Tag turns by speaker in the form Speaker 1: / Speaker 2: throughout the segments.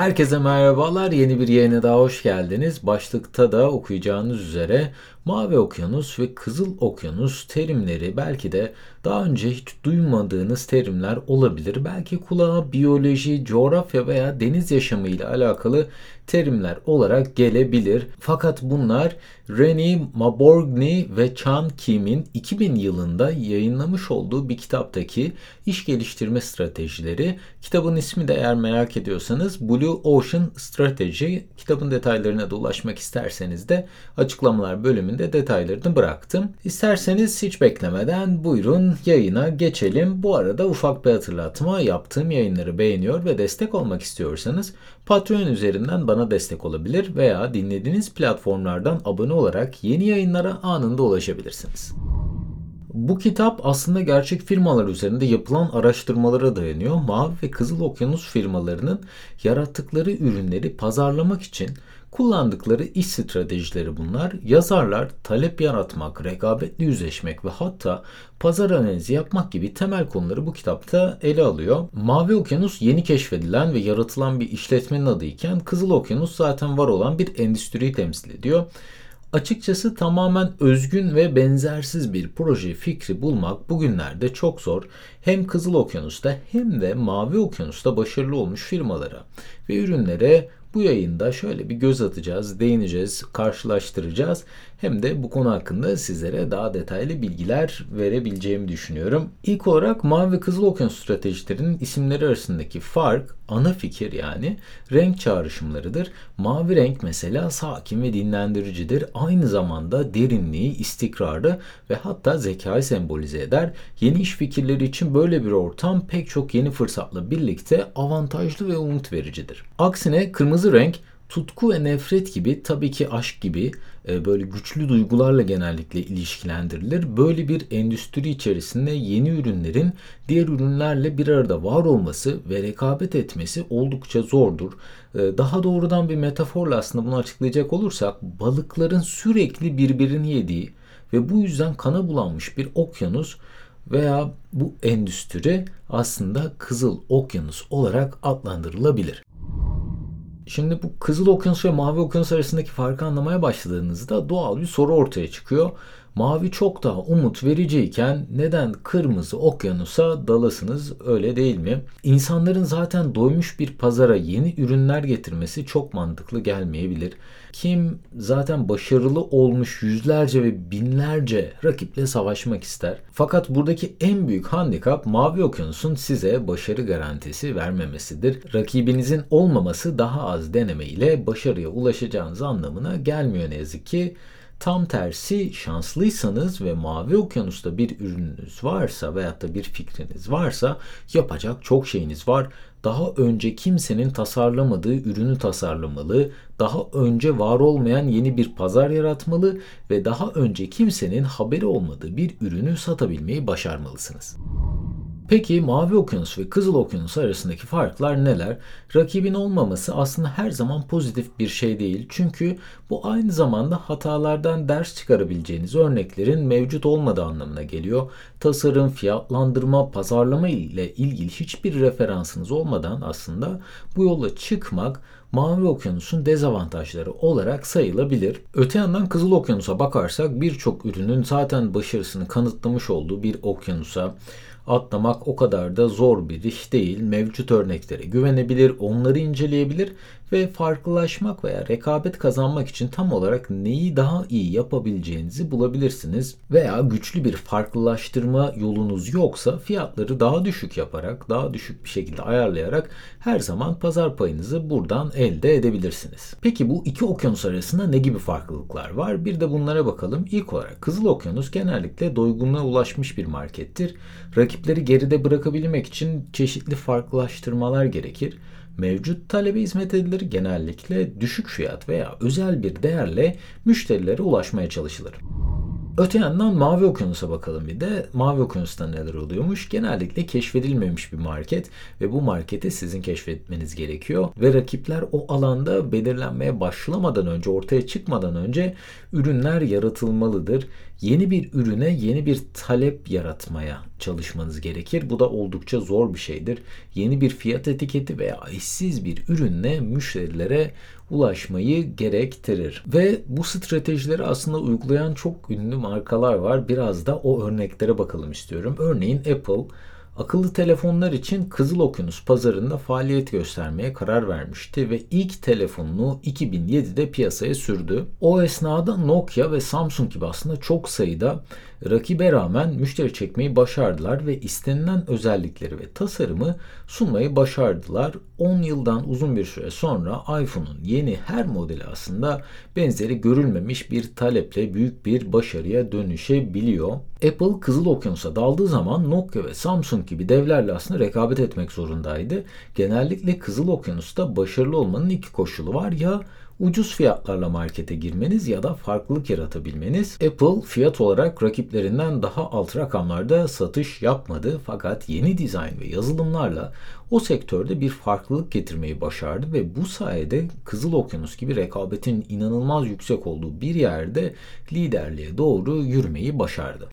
Speaker 1: Herkese merhabalar. Yeni bir yayına daha hoş geldiniz. Başlıkta da okuyacağınız üzere Mavi Okyanus ve Kızıl Okyanus terimleri belki de daha önce hiç duymadığınız terimler olabilir. Belki kulağa biyoloji, coğrafya veya deniz yaşamı ile alakalı terimler olarak gelebilir. Fakat bunlar René Maborgny ve Chan Kim'in 2000 yılında yayınlamış olduğu bir kitaptaki iş geliştirme stratejileri. Kitabın ismi de eğer merak ediyorsanız Blue Ocean Strategy. Kitabın detaylarına da ulaşmak isterseniz de açıklamalar bölümünde detaylarını bıraktım. İsterseniz hiç beklemeden buyurun yayına geçelim. Bu arada ufak bir hatırlatma, yaptığım yayınları beğeniyor ve destek olmak istiyorsanız Patreon üzerinden bana destek olabilir veya dinlediğiniz platformlardan abone olarak yeni yayınlara anında ulaşabilirsiniz. Bu kitap aslında gerçek firmalar üzerinde yapılan araştırmalara dayanıyor. Mavi ve Kızıl Okyanus firmalarının yarattıkları ürünleri pazarlamak için kullandıkları iş stratejileri bunlar. Yazarlar talep yaratmak, rekabetle yüzleşmek ve hatta pazar analizi yapmak gibi temel konuları bu kitapta ele alıyor. Mavi Okyanus yeni keşfedilen ve yaratılan bir işletmenin adıyken Kızıl Okyanus zaten var olan bir endüstriyi temsil ediyor. Açıkçası tamamen özgün ve benzersiz bir proje fikri bulmak bugünlerde çok zor. Hem Kızıl Okyanus'ta hem de Mavi Okyanus'ta başarılı olmuş firmalara ve ürünlere bu yayında şöyle bir göz atacağız, değineceğiz, karşılaştıracağız. Hem de bu konu hakkında sizlere daha detaylı bilgiler verebileceğimi düşünüyorum. İlk olarak Mavi ve Kızıl Okyanus stratejilerinin isimleri arasındaki fark, ana fikir yani renk çağrışımlarıdır. Mavi renk mesela sakin ve dinlendiricidir. Aynı zamanda derinliği, istikrarı ve hatta zekayı sembolize eder. Yeni iş fikirleri için böyle bir ortam pek çok yeni fırsatla birlikte avantajlı ve umut vericidir. Aksine kırmızı renk tutku ve nefret gibi, tabii ki aşk gibi böyle güçlü duygularla genellikle ilişkilendirilir. Böyle bir endüstri içerisinde yeni ürünlerin diğer ürünlerle bir arada var olması ve rekabet etmesi oldukça zordur. Daha doğrudan bir metaforla aslında bunu açıklayacak olursak, balıkların sürekli birbirini yediği ve bu yüzden kana bulanmış bir okyanus veya bu endüstri aslında Kızıl Okyanus olarak adlandırılabilir. Şimdi bu Kızıl Okyanus ve Mavi Okyanus arasındaki farkı anlamaya başladığınızda doğal bir soru ortaya çıkıyor. Mavi çok daha umut vericiyken neden Kırmızı Okyanus'a dalasınız, öyle değil mi? İnsanların zaten doymuş bir pazara yeni ürünler getirmesi çok mantıklı gelmeyebilir. Kim zaten başarılı olmuş yüzlerce ve binlerce rakiple savaşmak ister. Fakat buradaki en büyük handikap Mavi Okyanus'un size başarı garantisi vermemesidir. Rakibinizin olmaması daha az deneme ile başarıya ulaşacağınız anlamına gelmiyor ne yazık ki. Tam tersi, şanslıysanız ve Mavi Okyanus'ta bir ürününüz varsa veyahut da bir fikriniz varsa yapacak çok şeyiniz var. Daha önce kimsenin tasarlamadığı ürünü tasarlamalı, daha önce var olmayan yeni bir pazar yaratmalı ve daha önce kimsenin haberi olmadığı bir ürünü satabilmeyi başarmalısınız. Peki Mavi Okyanus ve Kızıl Okyanus arasındaki farklar neler? Rakibin olmaması aslında her zaman pozitif bir şey değil. Çünkü bu aynı zamanda hatalardan ders çıkarabileceğiniz örneklerin mevcut olmadığı anlamına geliyor. Tasarım, fiyatlandırma, pazarlama ile ilgili hiçbir referansınız olmadan aslında bu yola çıkmak Mavi Okyanus'un dezavantajları olarak sayılabilir. Öte yandan Kızıl Okyanus'a bakarsak birçok ürünün zaten başarısını kanıtlamış olduğu bir okyanusa atlamak o kadar da zor bir iş değil. Mevcut örneklere güvenebilir, onları inceleyebilir ve farklılaşmak veya rekabet kazanmak için tam olarak neyi daha iyi yapabileceğinizi bulabilirsiniz. Veya güçlü bir farklılaştırma yolunuz yoksa fiyatları daha düşük yaparak, daha düşük bir şekilde ayarlayarak her zaman pazar payınızı buradan elde edebilirsiniz. Peki bu iki okyanus arasında ne gibi farklılıklar var? Bir de bunlara bakalım. İlk olarak Kızıl Okyanus genellikle doygunluğa ulaşmış bir markettir. Rakipleri geride bırakabilmek için çeşitli farklılaştırmalar gerekir. Mevcut talebe hizmet edilir, genellikle düşük fiyat veya özel bir değerle müşterilere ulaşmaya çalışılır. Öte yandan Mavi Okyanus'a bakalım bir de. Mavi Okyanus'ta neler oluyormuş? Genellikle keşfedilmemiş bir market ve bu marketi sizin keşfetmeniz gerekiyor. Ve rakipler o alanda belirlenmeye başlamadan önce, ortaya çıkmadan önce ürünler yaratılmalıdır. yeni bir ürüne yeni bir talep yaratmaya çalışmanız gerekir. Bu da oldukça zor bir şeydir. Yeni bir fiyat etiketi veya eşsiz bir ürünle müşterilere ulaşmayı gerektirir. Ve bu stratejileri aslında uygulayan çok ünlü markalar var. Biraz da o örneklere bakalım istiyorum. Örneğin Apple, akıllı telefonlar için Kızıl Okyanus pazarında faaliyet göstermeye karar vermişti ve ilk telefonunu 2007'de piyasaya sürdü. O esnada Nokia ve Samsung gibi aslında çok sayıda rakibe rağmen müşteri çekmeyi başardılar ve istenilen özellikleri ve tasarımı sunmayı başardılar. 10 yıldan uzun bir süre sonra iPhone'un yeni her modeli aslında benzeri görülmemiş bir taleple büyük bir başarıya dönüşebiliyor. Apple Kızıl Okyanus'a daldığı zaman Nokia ve Samsung gibi devlerle aslında rekabet etmek zorundaydı. Genellikle Kızıl Okyanus'ta başarılı olmanın iki koşulu var: ya ucuz fiyatlarla markete girmeniz ya da farklılık yaratabilmeniz. Apple fiyat olarak rakiplerinden daha alt rakamlarda satış yapmadı, fakat yeni dizayn ve yazılımlarla o sektörde bir farklılık getirmeyi başardı ve bu sayede Kızıl Okyanus gibi rekabetin inanılmaz yüksek olduğu bir yerde liderliğe doğru yürümeyi başardı.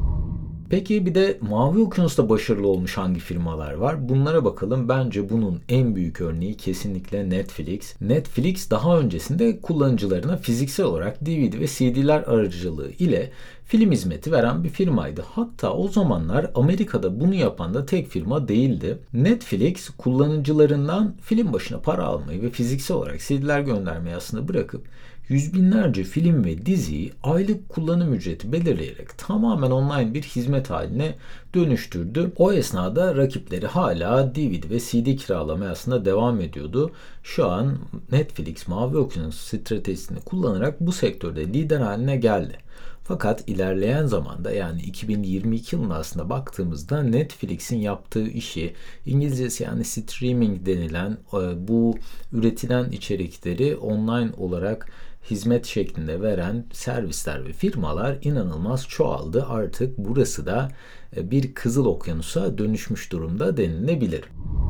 Speaker 1: Peki bir de Mavi Okyanus'ta başarılı olmuş hangi firmalar var? Bunlara bakalım. Bence bunun en büyük örneği kesinlikle Netflix. Netflix daha öncesinde kullanıcılarına fiziksel olarak DVD ve CD'ler aracılığı ile film hizmeti veren bir firmaydı. Hatta o zamanlar Amerika'da bunu yapan da tek firma değildi. Netflix kullanıcılarından film başına para almayı ve fiziksel olarak CD'ler göndermeyi aslında bırakıp yüz binlerce film ve diziyi aylık kullanım ücreti belirleyerek tamamen online bir hizmet haline dönüştürdü. O esnada rakipleri hala DVD ve CD kiralamaya aslında devam ediyordu. Şu an Netflix Mavi Okyanus stratejisini kullanarak bu sektörde lider haline geldi. Fakat ilerleyen zamanda, yani 2022 yılına aslında baktığımızda Netflix'in yaptığı işi, İngilizcesi yani streaming denilen bu üretilen içerikleri online olarak hizmet şeklinde veren servisler ve firmalar inanılmaz çoğaldı. Artık burası da bir Kızıl Okyanus'a dönüşmüş durumda denilebilir.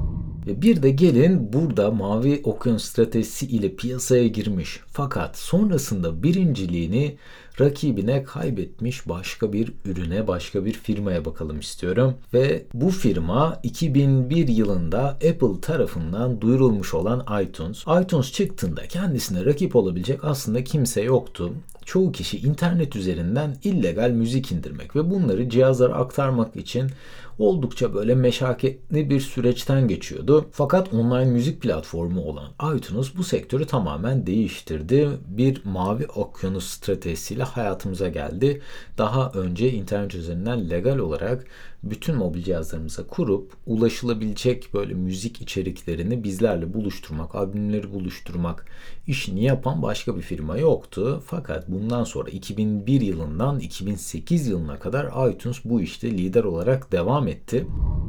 Speaker 1: Bir de gelin burada Mavi Okyanus stratejisi ile piyasaya girmiş fakat sonrasında birinciliğini rakibine kaybetmiş başka bir ürüne, başka bir firmaya bakalım istiyorum. Ve bu firma 2001 yılında Apple tarafından duyurulmuş olan iTunes. iTunes çıktığında kendisine rakip olabilecek aslında kimse yoktu. Çoğu kişi internet üzerinden illegal müzik indirmek ve bunları cihazlara aktarmak için oldukça böyle meşakkatli bir süreçten geçiyordu. Fakat online müzik platformu olan iTunes bu sektörü tamamen değiştirdi. Bir Mavi Okyanus stratejisiyle hayatımıza geldi. Daha önce internet üzerinden legal olarak bütün mobil cihazlarımıza kurup ulaşılabilecek böyle müzik içeriklerini bizlerle buluşturmak, albümleri buluşturmak işini yapan başka bir firma yoktu. Fakat bundan sonra 2001 yılından 2008 yılına kadar iTunes bu işte lider olarak devam etti.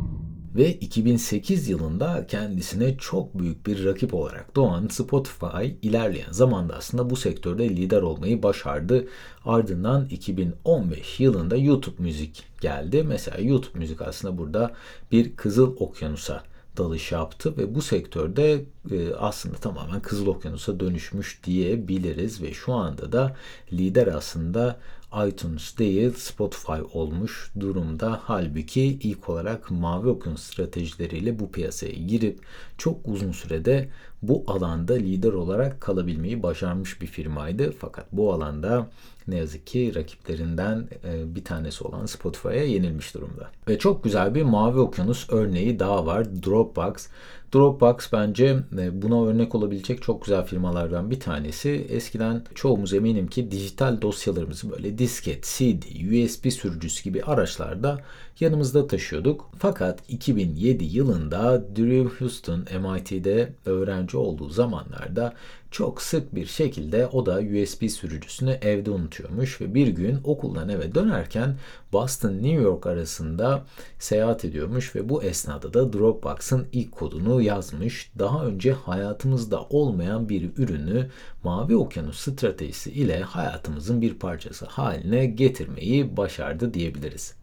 Speaker 1: Ve 2008 yılında kendisine çok büyük bir rakip olarak doğan Spotify ilerleyen zamanda aslında bu sektörde lider olmayı başardı. Ardından 2015 yılında YouTube Müzik geldi. Mesela YouTube Müzik aslında burada bir Kızıl Okyanus'a dalış yaptı ve bu sektörde aslında tamamen Kızıl Okyanus'a dönüşmüş diyebiliriz ve şu anda da lider aslında iTunes değil Spotify olmuş durumda. Halbuki ilk olarak Mavi Okyanus stratejileriyle bu piyasaya girip çok uzun sürede bu alanda lider olarak kalabilmeyi başarmış bir firmaydı. Fakat bu alanda ne yazık ki rakiplerinden bir tanesi olan Spotify'a yenilmiş durumda. Ve çok güzel bir Mavi Okyanus örneği daha var. Dropbox. Dropbox bence buna örnek olabilecek çok güzel firmalardan bir tanesi. Eskiden çoğumuz eminim ki dijital dosyalarımızı böyle disket, CD, USB sürücüsü gibi araçlarda yanımızda taşıyorduk. Fakat 2007 yılında Drew Houston MIT'de öğrenci olduğu zamanlarda çok sık bir şekilde o da USB sürücüsünü evde unutuyormuş ve bir gün okuldan eve dönerken Boston New York arasında seyahat ediyormuş ve bu esnada da Dropbox'ın ilk kodunu yazmış. Daha önce hayatımızda olmayan bir ürünü Mavi Okyanus stratejisi ile hayatımızın bir parçası haline getirmeyi başardı diyebiliriz.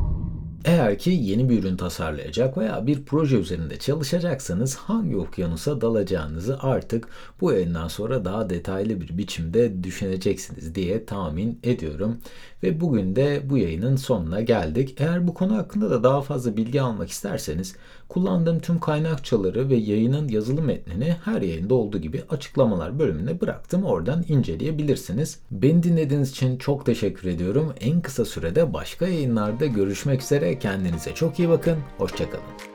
Speaker 1: Eğer ki yeni bir ürün tasarlayacak veya bir proje üzerinde çalışacaksanız hangi okyanusa dalacağınızı artık bu yayından sonra daha detaylı bir biçimde düşüneceksiniz diye tahmin ediyorum. Ve bugün de bu yayının sonuna geldik. Eğer bu konu hakkında da daha fazla bilgi almak isterseniz kullandığım tüm kaynakçaları ve yayının yazılı metnini her yayında olduğu gibi açıklamalar bölümüne bıraktım. Oradan inceleyebilirsiniz. Beni dinlediğiniz için çok teşekkür ediyorum. En kısa sürede başka yayınlarda görüşmek üzere. Kendinize çok iyi bakın. Hoşça kalın.